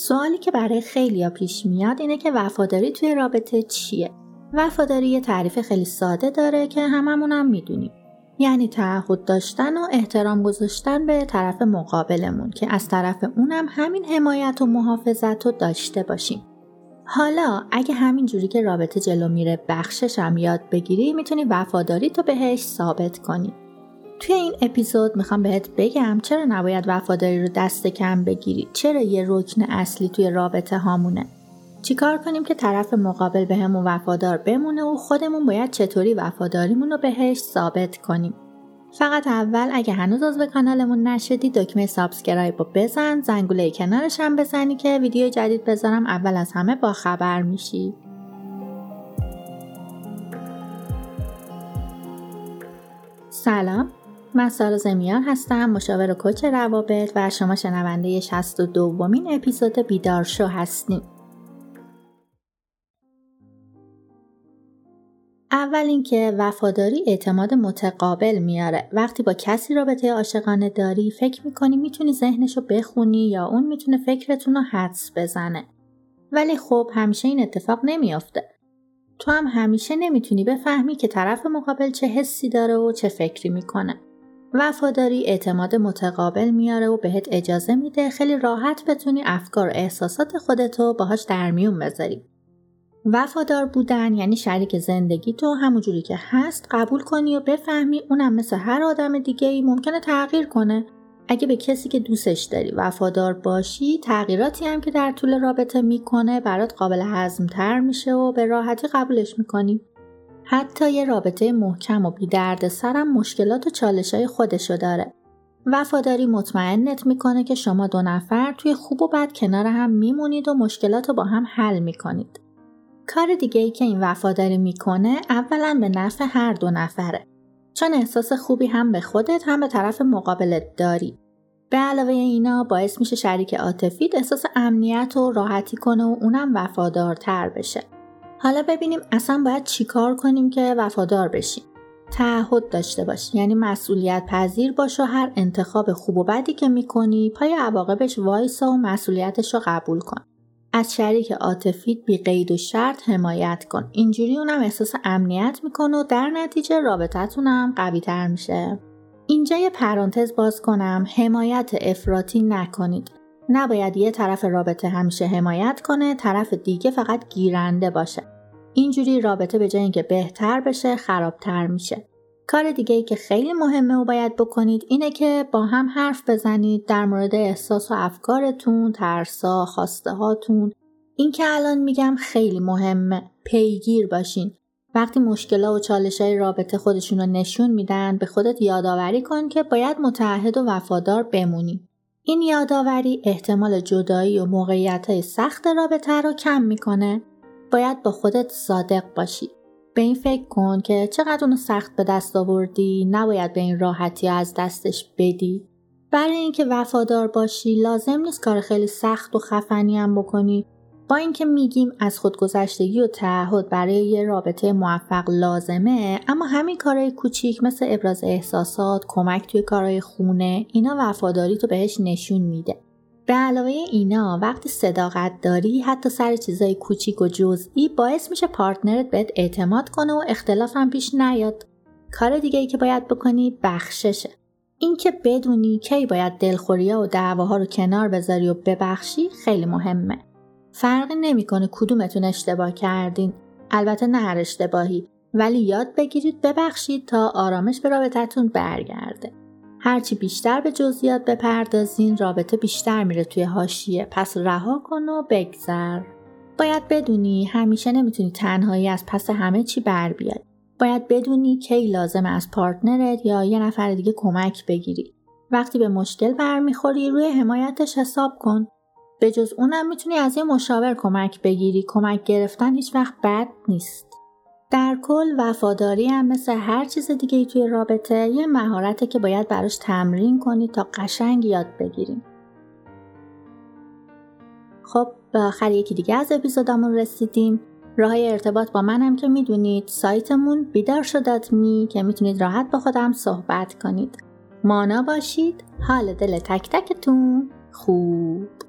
سوالی که برای خیلیا پیش میاد اینه که وفاداری توی رابطه چیه؟ وفاداری یه تعریف خیلی ساده داره که هممونم میدونیم. یعنی تعهد داشتن و احترام گذاشتن به طرف مقابلمون که از طرف اونم همین حمایت و محافظت رو داشته باشیم. حالا اگه همین جوری که رابطه جلو میره بخشش هم یاد بگیری میتونی وفاداری تو بهش ثابت کنی. توی این اپیزود میخوام بهت بگم چرا نباید وفاداری رو دست کم بگیری، چرا یه رکن اصلی توی رابطه هامونه. چیکار کنیم که طرف مقابل بهمون وفادار بمونه و خودمون باید چطوری وفاداریمون رو بهش ثابت کنیم. فقط اول اگه هنوز عضو کانالمون نشدی دکمه سابسکرایب رو بزن، زنگوله کنارش هم بزنی که ویدیو جدید بذارم اول از همه با خبر میشی. سلام، من سارا زمیان هستم، مشاور و کوچ روابط و شما شنونده 62مین اپیزود بیدار شو هستین. اول اینکه وفاداری اعتماد متقابل میاره. وقتی با کسی رابطه عاشقانه داری فکر میکنی میتونی ذهنشو بخونی یا اون میتونه فکرتون رو حدس بزنه. ولی خب همیشه این اتفاق نمیافته. تو هم همیشه نمیتونی بفهمی که طرف مقابل چه حسی داره و چه فکری میکنه. وفاداری اعتماد متقابل میاره و بهت اجازه میده خیلی راحت بتونی افکار و احساسات خودتو باهاش در میون بذاری. وفادار بودن یعنی شریک زندگی تو همونجوری که هست قبول کنی و بفهمی اونم مثل هر آدم دیگه‌ای ممکنه تغییر کنه. اگه به کسی که دوستش داری وفادار باشی، تغییراتی هم که در طول رابطه میکنه برات قابل هضم تر میشه و به راحتی قبولش میکنی. حتی یه رابطه محکم و بی درد سرم مشکلات و چالشای خودشو داره. وفاداری مطمئنت میکنه که شما دو نفر توی خوب و بد کنار هم میمونید و مشکلاتو با هم حل میکنید. کار دیگه‌ای که این وفاداری میکنه اولا به نفع هر دو نفره. چون احساس خوبی هم به خودت هم به طرف مقابلت داری. به علاوه اینا باعث میشه شریک عاطفیت احساس امنیت و راحتی کنه و اونم وفادارتر بشه. حالا ببینیم اصلا باید چیکار کنیم که وفادار بشیم. تعهد داشته باش، یعنی مسئولیت پذیر باش و هر انتخاب خوب و بدی که میکنی پای عواقبش وایسا و مسئولیتش رو قبول کن. از شریک عاطفیت بی قید و شرط حمایت کن. اینجوری اونم احساس امنیت میکنه و در نتیجه رابطتون هم قوی تر میشه. اینجا یه پرانتز باز کنم، حمایت افراطی نکنید. نباید یه طرف رابطه همیشه حمایت کنه، طرف دیگه فقط گیرنده باشه. اینجوری رابطه به جای اینکه بهتر بشه خرابتر میشه. کار دیگه‌ای که خیلی مهمه و باید بکنید اینه که با هم حرف بزنید در مورد احساس و افکارتون، ترسا، خواسته هاتون. این که الان میگم خیلی مهمه. پیگیر باشین. وقتی مشکلات و چالش‌های رابطه خودشون رو نشون میدن به خودت یادآوری کن که باید متعهد و وفادار بمونی. این یادآوری احتمال جدایی و موقعیت‌های سخت رابطه رو کم میکنه. باید با خودت صادق باشی. به این فکر کن که چقدر اونو سخت به دست آوردی، نباید به این راحتی از دستش بدی. برای اینکه وفادار باشی لازم نیست کار خیلی سخت و خفنی هم بکنی. با اینکه میگیم از خودگذشتگی و تعهد برای یه رابطه موفق لازمه، اما همین کارهای کوچیک مثل ابراز احساسات، کمک توی کارهای خونه، اینا وفاداری تو بهش نشون میده. به علاوه اینا وقتی صداقت داری حتی سر چیزای کوچیک و جزئی باعث میشه پارتنرت بهت اعتماد کنه و اختلاف هم پیش نیاد. کار دیگه‌ای که باید بکنی بخششه. این که بدونی کی باید دلخوری‌ها و دعواها رو کنار بذاری و ببخشی خیلی مهمه. فرقی نمیکنه کدومتون اشتباه کردین. البته نه هر اشتباهی، ولی یاد بگیرید ببخشید تا آرامش به رابطتون برگرده. هرچی بیشتر به جزئیات بپردازین رابطه بیشتر میره توی حاشیه، پس رها کن و بگذر. باید بدونی همیشه نمیتونی تنهایی از پس همه چی بر بیای. باید بدونی کی لازمه از پارتنرت یا یه نفر دیگه کمک بگیری. وقتی به مشکل برمیخوری روی حمایتش حساب کن. به جز اونم میتونی از یه مشاور کمک بگیری. کمک گرفتن هیچ وقت بد نیست. در کل وفاداری هم مثل هر چیز دیگه توی رابطه یه مهارته که باید براش تمرین کنی تا قشنگ یاد بگیریم. خب به آخر یکی دیگه از اپیزودامون رسیدیم. راه ارتباط با منم که میدونید، سایتمون بیدارشو.me که میتونید راحت با خودم صحبت کنید. مانا باشید، حال دل تک تکتون خوب.